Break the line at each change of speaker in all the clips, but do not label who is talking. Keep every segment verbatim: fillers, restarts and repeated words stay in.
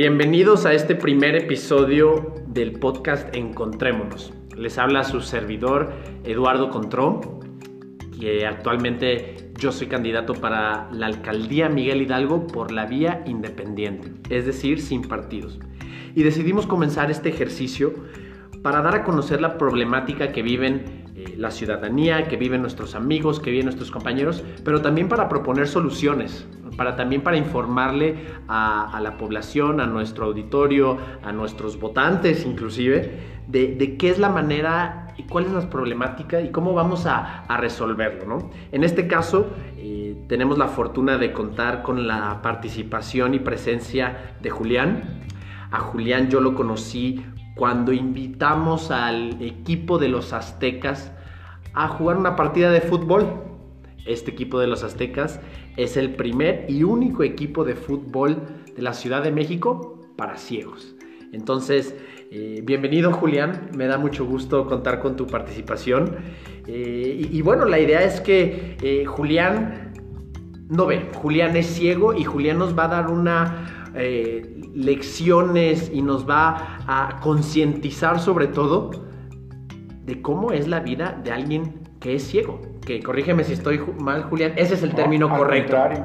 Bienvenidos a este primer episodio del podcast Encontrémonos. Les habla su servidor Eduardo Contró, que actualmente yo soy candidato para la alcaldía Miguel Hidalgo por la vía independiente, es decir, sin partidos. Y decidimos comenzar este ejercicio para dar a conocer la problemática que viven eh, la ciudadanía, que viven nuestros amigos, que viven nuestros compañeros, pero también para proponer soluciones, para también para informarle a, a la población, a nuestro auditorio, a nuestros votantes inclusive, de, de qué es la manera y cuál es la problemática y cómo vamos a, a resolverlo, ¿no? En este caso, eh, tenemos la fortuna de contar con la participación y presencia de Julián. A Julián yo lo conocí cuando invitamos al equipo de los Aztecas a jugar una partida de fútbol. Este equipo de los Aztecas es el primer y único equipo de fútbol de la Ciudad de México para ciegos. Entonces, eh, bienvenido Julián, me da mucho gusto contar con tu participación. Eh, y, y bueno, la idea es que eh, Julián no ve, Julián es ciego y Julián nos va a dar una... Eh, lecciones y nos va a concientizar sobre todo de cómo es la vida de alguien que es ciego. Que corrígeme si estoy mal, Julián, ese es el término
no,
correcto.
Contrario.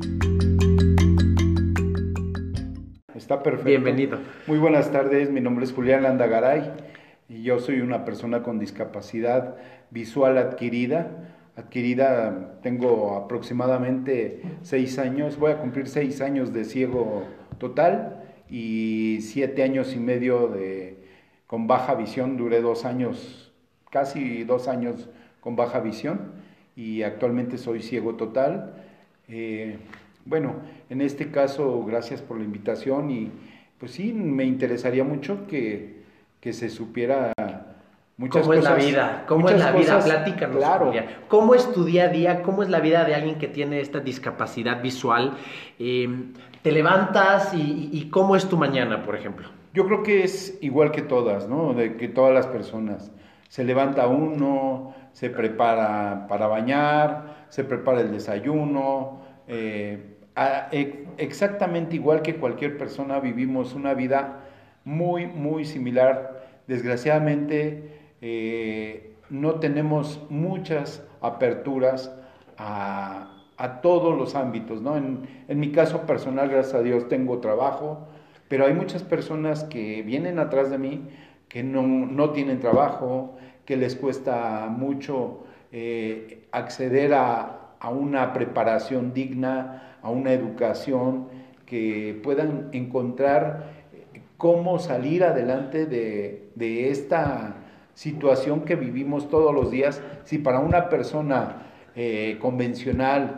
Está perfecto.
Bienvenido.
Muy buenas tardes, mi nombre es Julián Landagaray y yo soy una persona con discapacidad visual adquirida. Adquirida, tengo aproximadamente seis años, voy a cumplir seis años de ciego total y siete años y medio de, con baja visión. Duré dos años, casi dos años con baja visión y actualmente soy ciego total. Eh, bueno, en este caso, gracias por la invitación y pues sí, me interesaría mucho que, que se supiera muchas
¿Cómo
cosas.
¿Cómo es la vida? ¿Cómo es la vida?
Cosas,
Platícanos,
claro.
Julián. ¿Cómo es tu día a día? ¿Cómo es la vida de alguien que tiene esta discapacidad visual? Eh, ¿Te levantas y, y cómo es tu mañana, por ejemplo?
Yo creo que es igual que todas, ¿no? De que todas las personas. Se levanta uno, se prepara para bañar, se prepara el desayuno. Eh, a, e, exactamente igual que cualquier persona vivimos una vida muy, muy similar. Desgraciadamente eh, no tenemos muchas aperturas a, a todos los ámbitos, ¿no? En, en mi caso personal, gracias a Dios, tengo trabajo, pero hay muchas personas que vienen atrás de mí que no, no tienen trabajo, que les cuesta mucho eh, acceder a, a una preparación digna, a una educación, que puedan encontrar cómo salir adelante de, de esta situación que vivimos todos los días. Si para una persona eh, convencional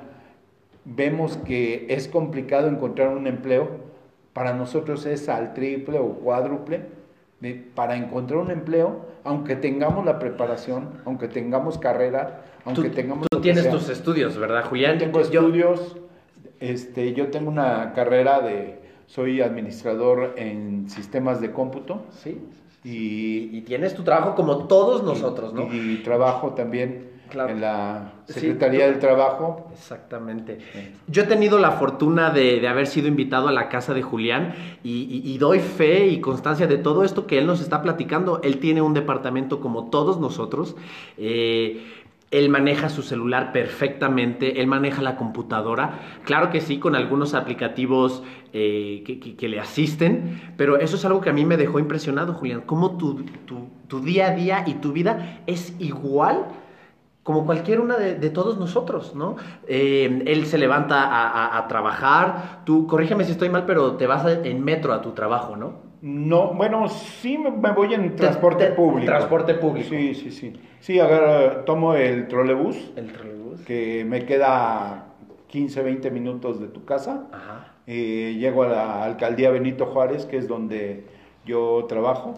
vemos que es complicado encontrar un empleo, para nosotros es al triple o cuádruple de, para encontrar un empleo, aunque tengamos la preparación, aunque tengamos carrera, aunque
tú,
tengamos...
Tú tienes tus estudios, ¿verdad, Julián?
Yo tengo estudios, este, yo tengo una carrera de... Soy administrador en sistemas de cómputo.
Sí.
Y,
y tienes tu trabajo como todos nosotros, ¿no?
Y, y trabajo también claro. en la Secretaría
sí,
del Trabajo.
Exactamente. Sí. Yo he tenido la fortuna de, de haber sido invitado a la casa de Julián y, y, y doy fe y constancia de todo esto que él nos está platicando. Él tiene un departamento como todos nosotros. Eh, Él maneja su celular perfectamente, él maneja la computadora, claro que sí, con algunos aplicativos eh, que, que, que le asisten, pero eso es algo que a mí me dejó impresionado, Julián, cómo tu, tu, tu día a día y tu vida es igual como cualquier una de, de todos nosotros, ¿no? Eh, él se levanta a, a, a trabajar, tú, corrígeme si estoy mal, pero te vas a, en metro a tu trabajo, ¿no?
No, bueno, sí me voy en transporte
te, te,
público.
Transporte público.
Sí, sí, sí. Sí, agarro, tomo el trolebús.
El trolebús.
Que me queda quince, veinte minutos de tu casa.
Ajá.
Eh, llego a la alcaldía Benito Juárez, que es donde yo trabajo.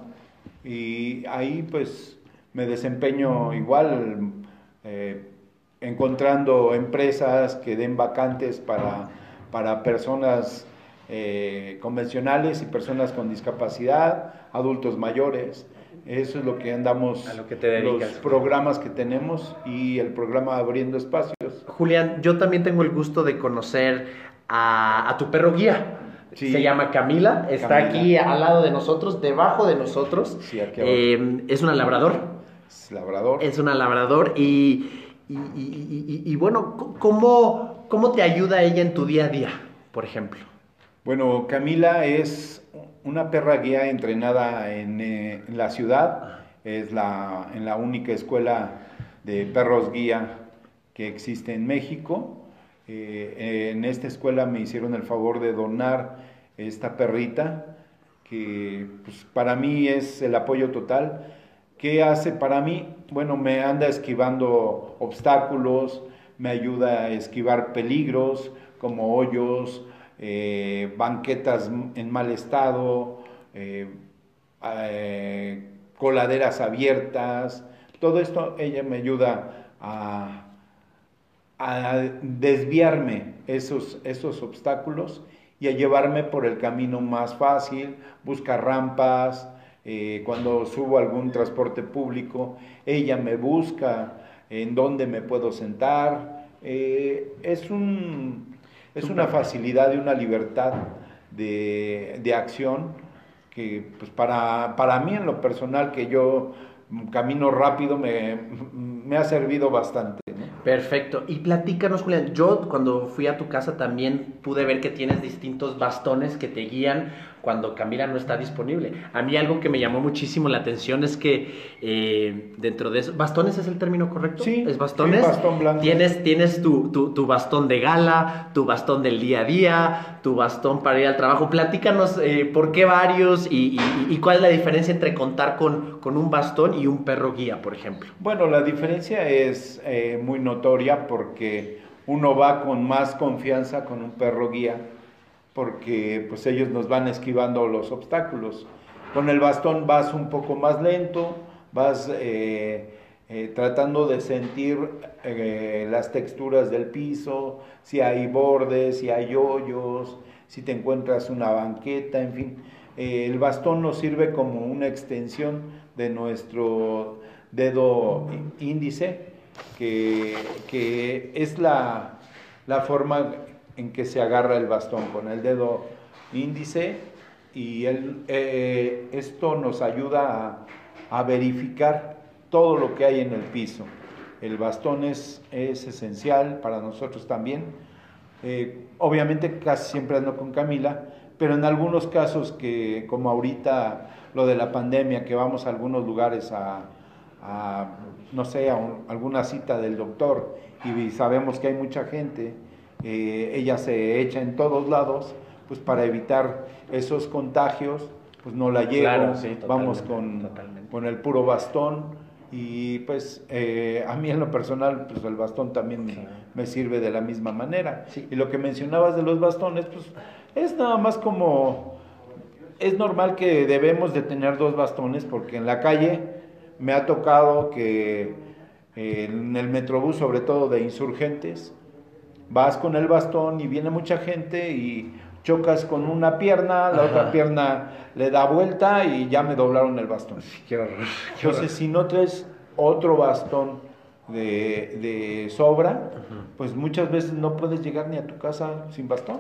Y ahí pues me desempeño igual, eh, encontrando empresas que den vacantes para, para personas Eh, convencionales y personas con discapacidad, adultos mayores. Eso es lo que andamos,
a lo que te dedicas,
los programas que tenemos y el programa Abriendo Espacios.
Julián, yo también tengo el gusto de conocer a, a tu perro guía, Sí. Se llama Camila, está Camila. Aquí al lado de nosotros, debajo de nosotros.
Sí, aquí abajo.
Eh, es una labrador.
Es labrador.
Es una labrador y, y, y, y, y bueno, ¿cómo, ¿cómo te ayuda ella en tu día a día, por ejemplo?
Bueno, Camila es una perra guía entrenada en, eh, en la ciudad, es la, en la única escuela de perros guía que existe en México. Eh, en esta escuela me hicieron el favor de donar esta perrita, que pues, para mí es el apoyo total. ¿Qué hace para mí? Bueno, me anda esquivando obstáculos, me ayuda a esquivar peligros como hoyos, eh, banquetas en mal estado, eh, eh, coladeras abiertas. Todo esto ella me ayuda a a desviarme esos, esos obstáculos y a llevarme por el camino más fácil, buscar rampas, eh, cuando subo a algún transporte público, ella me busca en dónde me puedo sentar, eh, es, un, es una facilidad y una libertad de, de acción que pues para, para mí en lo personal, que yo camino rápido, me, me ha servido bastante.
Perfecto. Y platícanos, Julián, yo cuando fui a tu casa también pude ver que tienes distintos bastones que te guían cuando Camila no está disponible. A mí algo que me llamó muchísimo la atención es que eh, dentro de eso, ¿bastones es el término correcto?
Sí,
¿es bastones?
Sí, bastón blanco.
Tienes, tienes tu, tu, tu bastón de gala, tu bastón del día a día, tu bastón para ir al trabajo. Platícanos eh, por qué varios y, y, y cuál es la diferencia entre contar con, con un bastón y un perro guía, por ejemplo.
Bueno, la diferencia es eh, muy notoria porque uno va con más confianza con un perro guía, porque pues ellos nos van esquivando los obstáculos. Con el bastón vas un poco más lento, vas eh, eh, tratando de sentir eh, las texturas del piso, si hay bordes, si hay hoyos, si te encuentras una banqueta, en fin. Eh, el bastón nos sirve como una extensión de nuestro dedo índice, que, que es la, la forma en que se agarra el bastón, con el dedo índice, y el, eh, esto nos ayuda a, a verificar todo lo que hay en el piso. El bastón es, es esencial para nosotros también. Eh, obviamente casi siempre ando con Camila, pero en algunos casos que, como ahorita lo de la pandemia, que vamos a algunos lugares a, a no sé, a un, alguna cita del doctor y sabemos que hay mucha gente, eh, ella se echa en todos lados, pues para evitar esos contagios, pues no la llevo,
claro, sí,
vamos con, con el puro bastón. Y pues eh, a mí en lo personal, pues el bastón también sí. me, me sirve de la misma manera. Sí. Y lo que mencionabas de los bastones, pues es nada más como, es normal que debemos de tener dos bastones, porque en la calle me ha tocado que eh, en el Metrobús, sobre todo de Insurgentes, vas con el bastón y viene mucha gente y chocas con una pierna, la Ajá. otra pierna le da vuelta y ya me doblaron el bastón.
Qué horror, qué
Entonces, si no traes otro bastón de, de sobra, uh-huh. pues muchas veces no puedes llegar ni a tu casa sin bastón.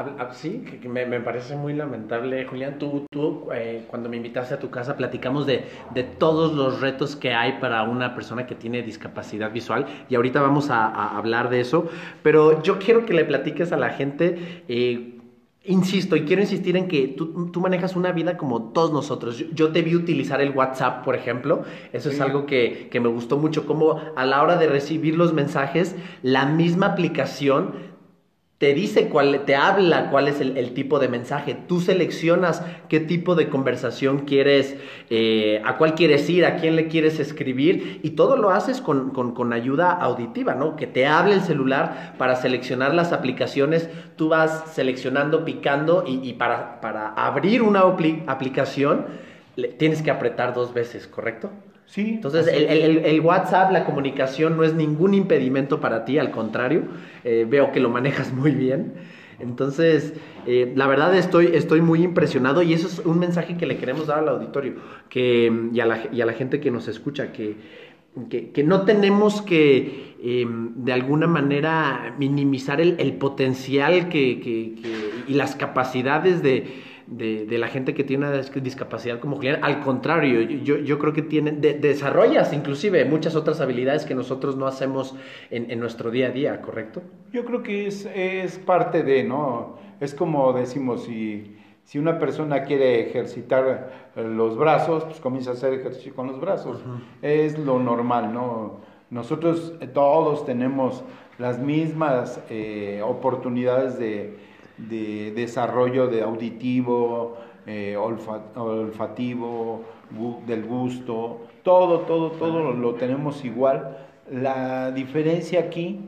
Sí, que me, me parece muy lamentable, Julián. Tú, tú eh, cuando me invitaste a tu casa, platicamos de, de todos los retos que hay para una persona que tiene discapacidad visual, y ahorita vamos a, a hablar de eso, pero yo quiero que le platiques a la gente. Eh, Insisto, y quiero insistir en que tú, tú manejas una vida como todos nosotros. Yo, yo te vi utilizar el WhatsApp, por ejemplo. Eso sí. es algo que, que me gustó mucho, como a la hora de recibir los mensajes, la misma aplicación te dice cuál, te habla cuál es el, el tipo de mensaje. Tú seleccionas qué tipo de conversación quieres, eh, a cuál quieres ir, a quién le quieres escribir, y todo lo haces con, con, con ayuda auditiva, ¿no? Que te hable el celular para seleccionar las aplicaciones. Tú vas seleccionando, picando, y, y para, para abrir una apli- aplicación le, tienes que apretar dos veces, ¿correcto?
Sí.
Entonces, el, el, el WhatsApp, la comunicación no es ningún impedimento para ti, al contrario, eh, veo que lo manejas muy bien. Entonces, eh, la verdad estoy, estoy muy impresionado, y eso es un mensaje que le queremos dar al auditorio que, y, a la, y a la gente que nos escucha, que, que, que no tenemos que, eh, de alguna manera, minimizar el, el potencial que, que, que, y las capacidades de, de, de la gente que tiene una discapacidad como Julián, al contrario, yo, yo creo que tienen, de, desarrollas inclusive muchas otras habilidades que nosotros no hacemos en, en nuestro día a día, ¿correcto?
Yo creo que es, es parte de, ¿no? Es como decimos, si, si una persona quiere ejercitar los brazos, pues comienza a hacer ejercicio con los brazos. Uh-huh. Es lo normal, ¿no? Nosotros todos tenemos las mismas eh, oportunidades de, de desarrollo de auditivo, eh, olfa, olfativo, gu, del gusto, todo, todo, todo lo, lo tenemos igual. La diferencia aquí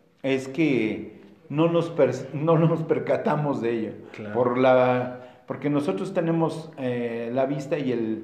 es que no nos, per, no nos percatamos de ello, claro. por la, porque nosotros tenemos eh, la vista y el,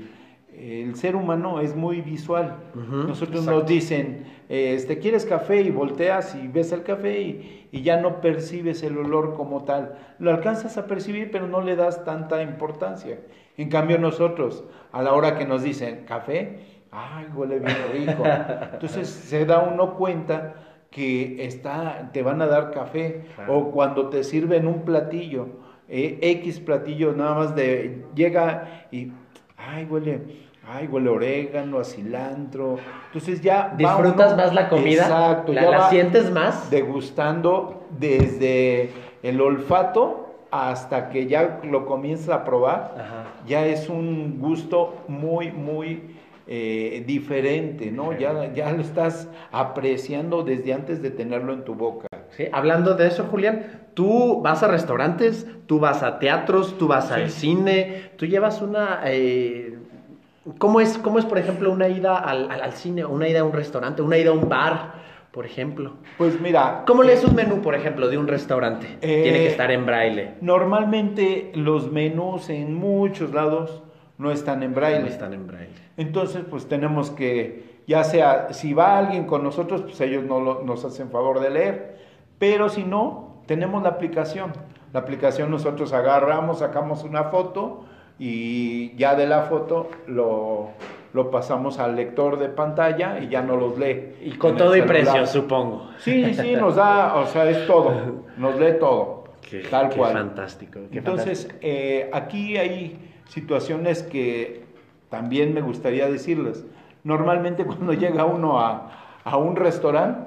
el ser humano es muy visual. Uh-huh, nosotros exacto. Nos dicen, eh, este, ¿quieres café? Y volteas y ves el café y, y ya no percibes el olor como tal. Lo alcanzas a percibir, pero no le das tanta importancia. En cambio nosotros, a la hora que nos dicen, ¿café? ¡Ay, huele bien rico! Entonces se da uno cuenta que está, te van a dar café, claro. O cuando te sirven un platillo, eh, X platillo, nada más de, llega y, ay, huele, ay, huele orégano, a cilantro, entonces ya
disfrutas uno, más la comida,
exacto,
la,
ya
la sientes más,
degustando desde el olfato hasta que ya lo comienzas a probar. Ajá. Ya es un gusto muy, muy Eh, diferente, ¿no? Ya, ya lo estás apreciando desde antes de tenerlo en tu boca.
Sí, hablando de eso, Julián, tú vas a restaurantes, tú vas a teatros, tú vas sí. al cine, tú llevas una... Eh, ¿cómo es, cómo es, por ejemplo, una ida al, al, al cine, una ida a un restaurante, una ida a un bar, por ejemplo?
Pues mira...
¿Cómo eh, lees un menú, por ejemplo, de un restaurante?
Eh,
Tiene que estar en braille.
Normalmente los menús en muchos lados no están en braille.
No están en braille.
Entonces, pues tenemos que, ya sea, si va alguien con nosotros, pues ellos no lo, nos hacen favor de leer, pero si no, tenemos la aplicación. La aplicación nosotros agarramos, sacamos una foto y ya de la foto lo, lo pasamos al lector de pantalla y ya no los lee.
Y con todo y precio, supongo.
Sí, sí, nos da, o sea, es todo, nos lee todo,
qué,
tal
qué
cual.
Fantástico, qué
Entonces,
fantástico.
Eh, aquí hay situaciones que también me gustaría decirles. Normalmente cuando llega uno a, a un restaurante,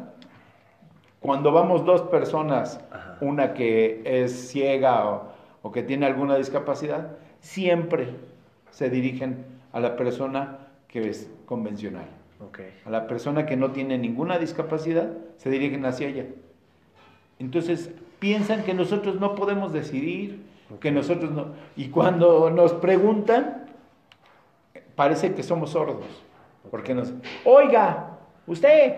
cuando vamos dos personas, ajá, una que es ciega o, o que tiene alguna discapacidad, siempre se dirigen a la persona que es convencional.
Okay.
A la persona que no tiene ninguna discapacidad, se dirigen hacia ella. Entonces, piensan que nosotros no podemos decidir, okay, que nosotros no... Y cuando nos preguntan, parece que somos sordos, porque nos, oiga, usted,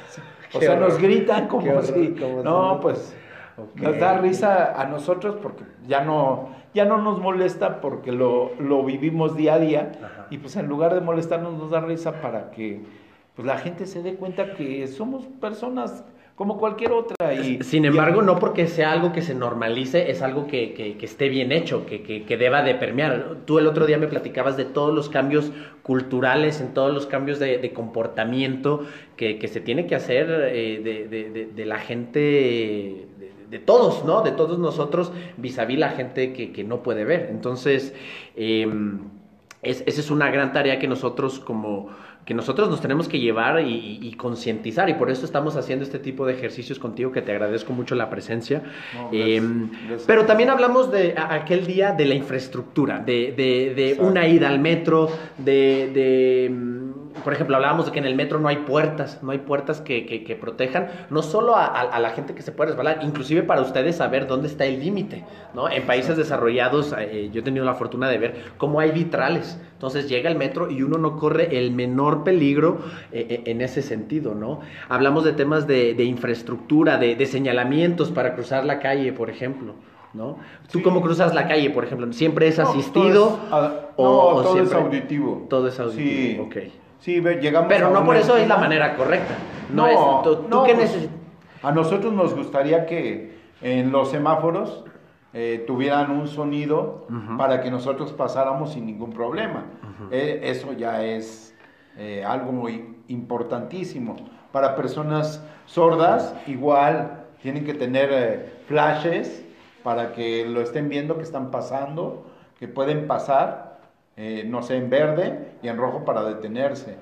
o sea, horror. Nos gritan como horror, si, como no, si... pues, okay, nos da risa a nosotros porque ya no, ya no nos molesta porque lo, lo vivimos día a día. Ajá. Y pues en lugar de molestarnos nos da risa para que pues la gente se dé cuenta que somos personas como cualquier otra. Y,
Sin embargo, y, no porque sea algo que se normalice, es algo que, que, que esté bien hecho, que, que, que deba de permear. Tú el otro día me platicabas de todos los cambios culturales, en todos los cambios de, de comportamiento que, que se tiene que hacer eh, de, de, de, de la gente, de, de todos, ¿no? De todos nosotros, vis a vis la gente que, que no puede ver. Entonces, eh, es, esa es una gran tarea que nosotros como... que nosotros nos tenemos que llevar y, y, y concientizar, y por eso estamos haciendo este tipo de ejercicios contigo, que te agradezco mucho la presencia. No, gracias, eh, gracias. Pero también hablamos de a, aquel día de la infraestructura, de, de, de una ida al metro, de, de, por ejemplo, hablábamos de que en el metro no hay puertas, no hay puertas que, que, que protejan, no solo a, a, a la gente que se puede resbalar, inclusive para ustedes saber dónde está el límite, ¿no? En países desarrollados, eh, yo he tenido la fortuna de ver cómo hay vitrales, entonces llega el metro y uno no corre el menor peligro eh, en ese sentido, ¿no? Hablamos de temas de, de infraestructura, de, de señalamientos para cruzar la calle, por ejemplo, ¿no? ¿Tú sí. cómo cruzas la calle, por ejemplo? ¿Siempre es asistido?
No, todo es,
o,
no,
o
todo
siempre...
es auditivo.
Todo es auditivo,
sí.
ok.
Sí, llegamos
Pero
a
no por eso
esquina.
es la manera correcta. No,
no
es, ¿tú,
no,
tú qué
pues,
necesitas?
A nosotros nos gustaría que en los semáforos eh, tuvieran un sonido uh-huh. para que nosotros pasáramos sin ningún problema. Uh-huh. Eh, eso ya es eh, algo muy importantísimo. Para personas sordas, igual tienen que tener eh, flashes para que lo estén viendo que están pasando, que pueden pasar, eh, no sé, en verde y en rojo para detenerse.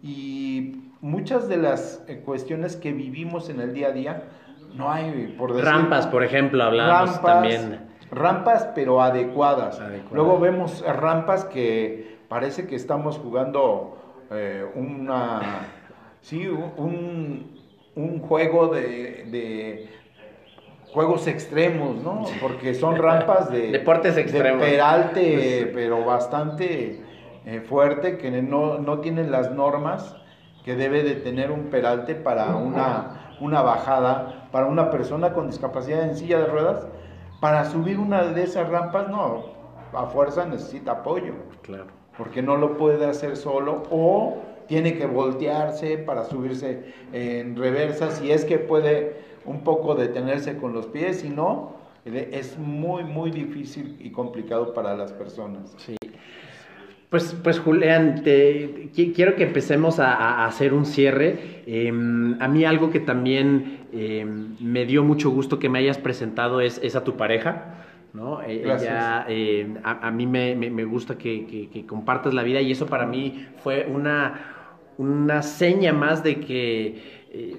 Y muchas de las eh, cuestiones que vivimos en el día a día, no hay, por decir...
Rampas, por ejemplo, hablamos
rampas,
también.
Rampas, pero adecuadas.
Adecuadas.
Luego vemos rampas que parece que estamos jugando eh, una... Sí, un, un juego de... de juegos extremos, ¿no? Porque son rampas de...
Deportes extremos.
De peralte, sí. Pero bastante eh, fuerte, que no, no tienen las normas que debe de tener un peralte para una, una bajada, para una persona con discapacidad en silla de ruedas. Para subir una de esas rampas, no, a fuerza necesita apoyo.
Claro.
Porque no lo puede hacer solo o tiene que voltearse para subirse en reversa, si es que puede un poco detenerse con los pies, si no, es muy, muy difícil y complicado para las personas.
Sí. Pues, pues Julián, te, quiero que empecemos a, a hacer un cierre. Eh, a mí algo que también eh, me dio mucho gusto que me hayas presentado es, es a tu pareja, ¿no?
Gracias.
Ella, eh, a, a mí me, me, me gusta que, que, que compartas la vida y eso para mí fue una, una seña más de que... Eh,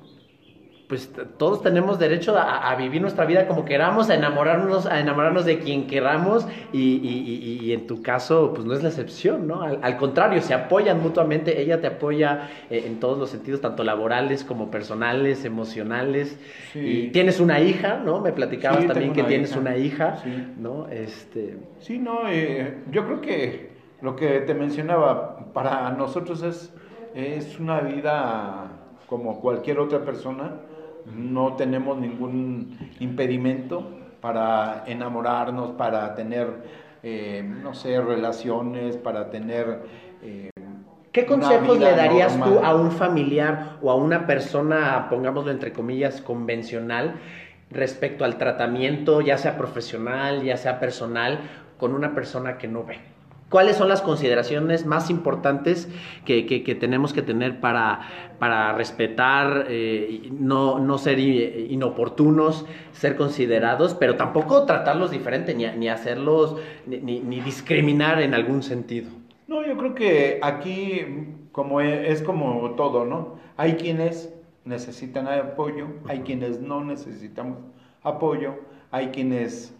pues todos tenemos derecho a, a vivir nuestra vida como queramos, a enamorarnos, a enamorarnos de quien queramos y, y, y, y en tu caso pues no es la excepción, ¿no? Al, al contrario, se apoyan mutuamente, ella te apoya eh, en todos los sentidos, tanto laborales como personales, emocionales. Sí. Y tienes una hija, ¿no? Me platicabas sí, también que tienes hija. una hija, sí. ¿no? Este...
Sí, no, eh, yo creo que lo que te mencionaba, para nosotros es, es una vida como cualquier otra persona. No tenemos ningún impedimento para enamorarnos, para tener, eh, no sé, relaciones, para tener... Eh,
¿Qué consejos le darías normal. tú a un familiar o a una persona, pongámoslo entre comillas, convencional, respecto al tratamiento, ya sea profesional, ya sea personal, con una persona que no ve? ¿Cuáles son las consideraciones más importantes que, que, que tenemos que tener para, para respetar, eh, no, no ser inoportunos, ser considerados, pero tampoco tratarlos diferente, ni, ni hacerlos, ni, ni discriminar en algún sentido?
No, yo creo que aquí como es, es como todo, ¿no? Hay quienes necesitan apoyo, hay quienes no necesitamos apoyo, hay quienes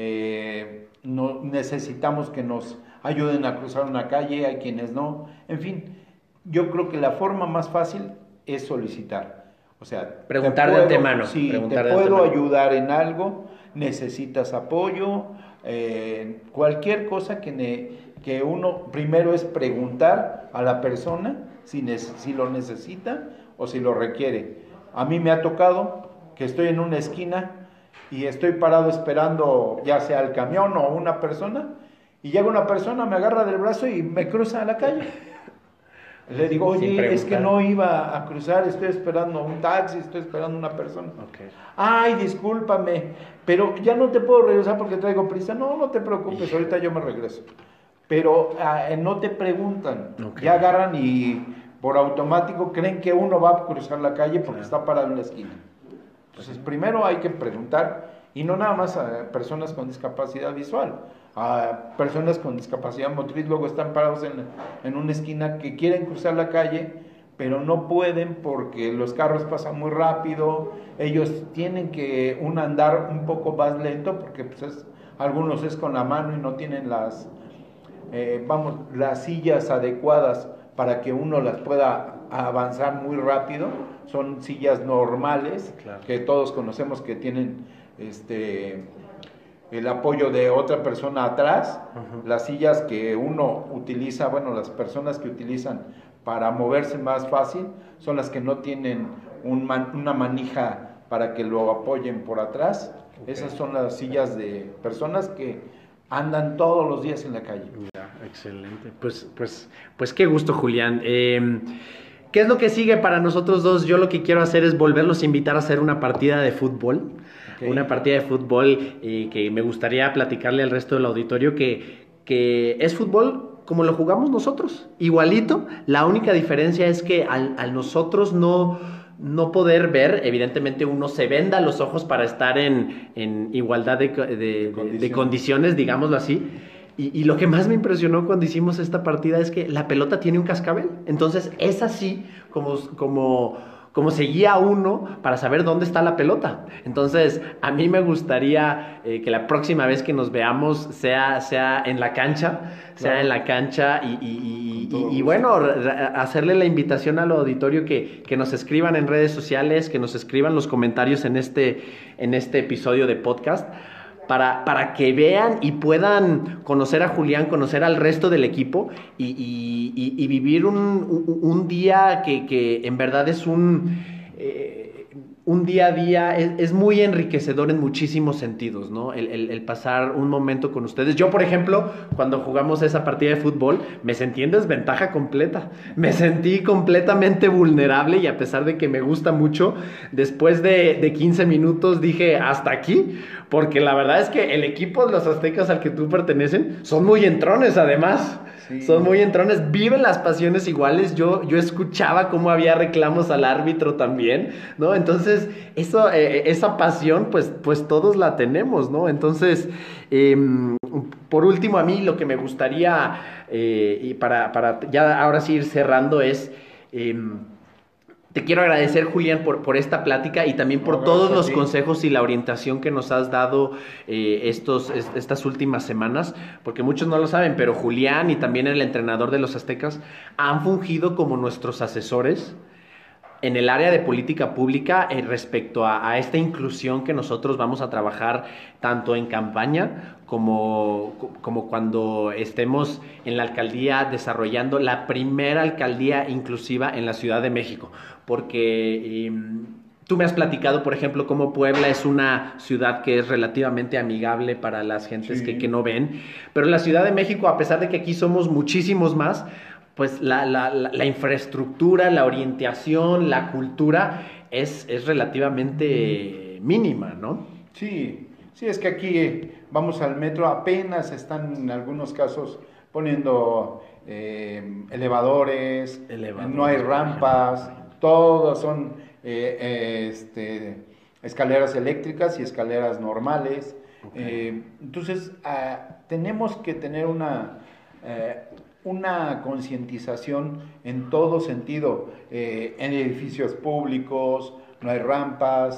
eh, no necesitamos que nos ayuden a cruzar una calle, hay quienes no, en fin, yo creo que la forma más fácil es solicitar, o sea,
preguntar puedo, de antemano,
sí,
preguntar
te
de
puedo
antemano.
ayudar en algo, necesitas apoyo, eh, cualquier cosa que, ne, que uno primero es preguntar a la persona si, ne, si lo necesita o si lo requiere. A mí me ha tocado que estoy en una esquina y estoy parado esperando ya sea el camión o una persona, y llega una persona, me agarra del brazo y me cruza a la calle. Le digo, oye, es que no iba a cruzar, estoy esperando un taxi, estoy esperando una persona. Okay. Ay, discúlpame, pero ya no te puedo regresar porque traigo prisa. No, no te preocupes, ahorita yo me regreso. Pero uh, no te preguntan, okay. Ya agarran y por automático creen que uno va a cruzar la calle porque claro. Está parado en la esquina. Entonces, primero hay que preguntar, y no nada más a personas con discapacidad visual, a personas con discapacidad motriz, luego están parados en, en una esquina que quieren cruzar la calle, pero no pueden porque los carros pasan muy rápido, ellos tienen que un andar un poco más lento, porque pues es, algunos es con la mano y no tienen las, eh, vamos, las sillas adecuadas para que uno las pueda avanzar muy rápido, son sillas normales, claro. Que todos conocemos que tienen este... el apoyo de otra persona atrás, uh-huh. Las sillas que uno utiliza, bueno, las personas que utilizan para moverse más fácil, son las que no tienen un man, una manija para que lo apoyen por atrás. Okay. Esas son las sillas de personas que andan todos los días en la calle.
Ya, excelente. Pues, pues, pues qué gusto, Julián. Eh, ¿Qué es lo que sigue para nosotros dos? Yo lo que quiero hacer es volverlos a invitar a hacer una partida de fútbol. Okay. Una partida de fútbol y que me gustaría platicarle al resto del auditorio que, que es fútbol como lo jugamos nosotros, igualito. La única diferencia es que al, al nosotros no, no poder ver, evidentemente uno se venda los ojos para estar en, en igualdad de, de, de, condiciones. de condiciones, digámoslo así. Y, y lo que más me impresionó cuando hicimos esta partida es que la pelota tiene un cascabel. Entonces es así como, como, como se guía uno para saber dónde está la pelota. Entonces a mí me gustaría eh, que la próxima vez que nos veamos sea, sea en la cancha, claro. sea en la cancha y, y, y, y, y bueno, hacerle la invitación al auditorio que, que nos escriban en redes sociales, que nos escriban los comentarios en este, en este episodio de podcast. Para, para que vean y puedan conocer a Julián, conocer al resto del equipo y, y, y, y vivir un, un, un día que, que en verdad es un, eh, un día a día, es, es muy enriquecedor en muchísimos sentidos, ¿no? El, el, el pasar un momento con ustedes. Yo, por ejemplo, cuando jugamos esa partida de fútbol, me sentí en desventaja completa. Me sentí completamente vulnerable y a pesar de que me gusta mucho, después de, de quince minutos dije, hasta aquí, porque la verdad es que el equipo de los Aztecas al que tú pertenecen son muy entrones además. Sí. Son muy entrones, viven las pasiones iguales. Yo, yo escuchaba cómo había reclamos al árbitro también, ¿no? Entonces, eso, eh, esa pasión, pues, pues todos la tenemos, ¿no? Entonces, eh, por último, a mí lo que me gustaría, eh, y para, para ya ahora sí ir cerrando, es... Eh, Te quiero agradecer, Julián, por, por esta plática y también por no, todos los consejos y la orientación que nos has dado eh, estos, est estas últimas semanas, porque muchos no lo saben, pero Julián y también el entrenador de los Aztecas han fungido como nuestros asesores en el área de política pública eh, respecto a, a esta inclusión que nosotros vamos a trabajar tanto en campaña como, como cuando estemos en la alcaldía desarrollando la primera alcaldía inclusiva en la Ciudad de México. Porque eh, tú me has platicado, por ejemplo, cómo Puebla es una ciudad que es relativamente amigable para las gentes sí. que, que no ven, pero la Ciudad de México, a pesar de que aquí somos muchísimos más, pues la, la, la, la infraestructura, la orientación, la cultura es, es relativamente mínima, ¿no?
Sí, sí, es que aquí vamos al metro, apenas están en algunos casos poniendo eh, elevadores, elevadores, no hay rampas, todas son eh, eh, este, escaleras eléctricas y escaleras normales. Okay. Eh, entonces, uh, tenemos que tener una... Eh, una concientización en todo sentido, eh, en edificios públicos, no hay rampas,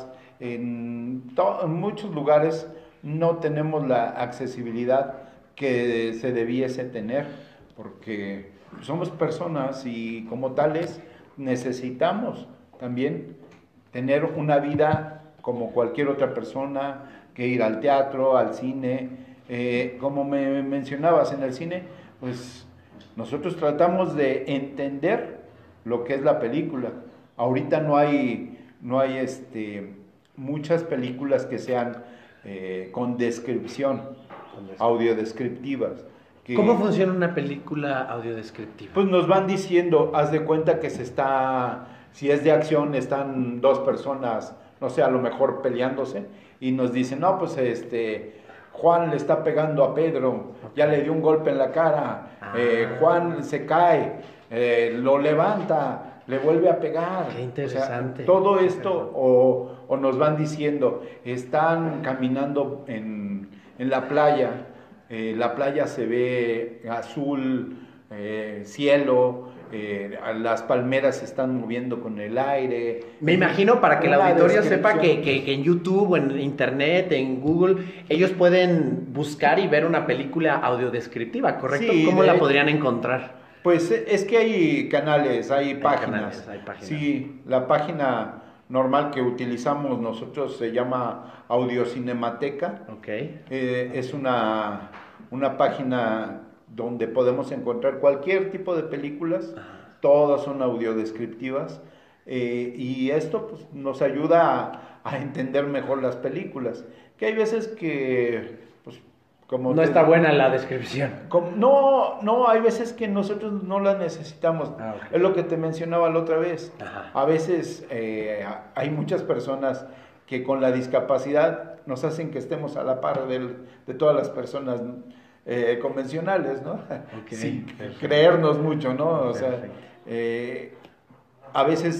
en, en muchos lugares no tenemos la accesibilidad que se debiese tener, porque somos personas y como tales necesitamos también tener una vida como cualquier otra persona, que ir al teatro, al cine, eh, como me mencionabas en el cine, pues nosotros tratamos de entender lo que es la película. Ahorita no hay, no hay este, muchas películas que sean eh, con descripción, audiodescriptivas. Que,
¿Cómo funciona una película audiodescriptiva?
Pues nos van diciendo, haz de cuenta que se está, si es de acción, están dos personas, no sé, a lo mejor peleándose, y nos dicen, no, pues este... Juan le está pegando a Pedro, ya le dio un golpe en la cara, ah. eh, Juan se cae, eh, lo levanta, le vuelve a pegar.
Qué interesante.
O sea, todo esto, o, o nos van diciendo, están caminando en, en la playa, eh, la playa se ve azul, eh, cielo, Eh, las palmeras se están moviendo con el aire.
Me imagino para que el auditorio sepa que, que, que en YouTube, en Internet, en Google, ellos pueden buscar y ver una película audiodescriptiva, ¿correcto? Sí, ¿Cómo de, la podrían encontrar?
Pues es que hay canales, hay, hay páginas.
Canales, hay páginas.
Sí, la página normal que utilizamos nosotros se llama Audiocinemateca.
Okay.
Eh, es una, una página donde podemos encontrar cualquier tipo de películas, todas son audiodescriptivas, eh, y esto pues, nos ayuda a, a entender mejor las películas, que hay veces que, pues, como...
No te, está buena la descripción.
Como, no, no, hay veces que nosotros no la necesitamos, ah, okay. Es lo que te mencionaba la otra vez. Ajá. A veces eh, hay muchas personas que con la discapacidad nos hacen que estemos a la par del, de todas las personas Eh, convencionales, ¿no?
Okay,
sin creernos mucho, ¿no? O sea, eh, a veces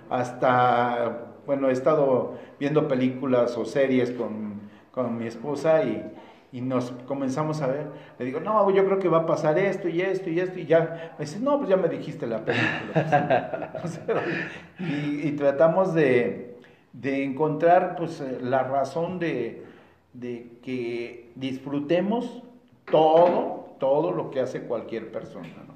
hasta, bueno, he estado viendo películas o series con, con mi esposa y, y nos comenzamos a ver. Le digo, no, yo creo que va a pasar esto y esto y esto, y ya. Me dice, no, pues ya me dijiste la película. O sea, y, y tratamos de, de encontrar pues la razón de, de que disfrutemos todo, todo lo que hace cualquier persona, ¿no?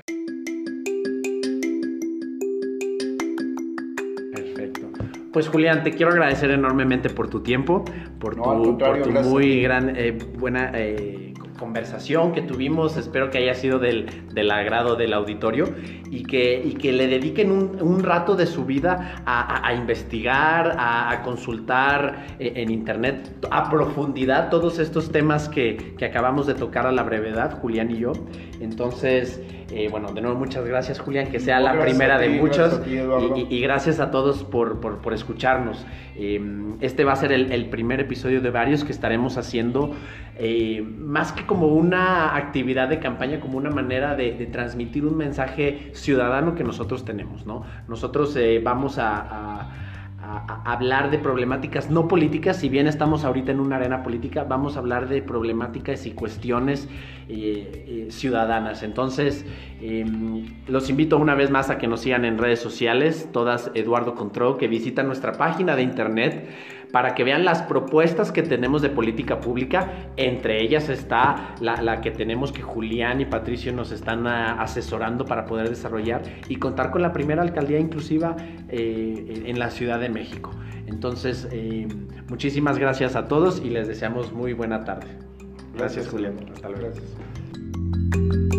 Perfecto. Pues Julián, te quiero agradecer enormemente por tu tiempo, por
No,
tu,
al contrario,
por tu
gracias a
muy
ti.
gran, eh, buena eh, conversación que tuvimos. Espero que haya sido del, del agrado del auditorio y que, y que le dediquen un, un rato de su vida a, a, a investigar, a, a consultar eh, en internet a profundidad todos estos temas que, que acabamos de tocar a la brevedad, Julián y yo. Entonces, eh, bueno, de nuevo muchas gracias, Julián, que sea
No,
la
gracias
primera
a ti,
de muchas.
gracias a ti, Eduardo.
y, y, y gracias a todos por, por, por escucharnos. Eh, este va a ser el, el primer episodio de varios que estaremos haciendo, eh, más que como una actividad de campaña, como una manera de, de transmitir un mensaje ciudadano que nosotros tenemos, ¿no? Nosotros eh, vamos a, a, a, a hablar de problemáticas no políticas. Si bien estamos ahorita en una arena política, vamos a hablar de problemáticas y cuestiones eh, eh, ciudadanas. Entonces, eh, los invito una vez más a que nos sigan en redes sociales, todas Eduardo Contró, que visitan nuestra página de internet para que vean las propuestas que tenemos de política pública. Entre ellas está la, la que tenemos, que Julián y Patricio nos están a, asesorando para poder desarrollar y contar con la primera alcaldía inclusiva eh, en la Ciudad de México. Entonces, eh, muchísimas gracias a todos y les deseamos muy buena tarde. Gracias,
Gracias,
Julián. Hasta luego.
Gracias.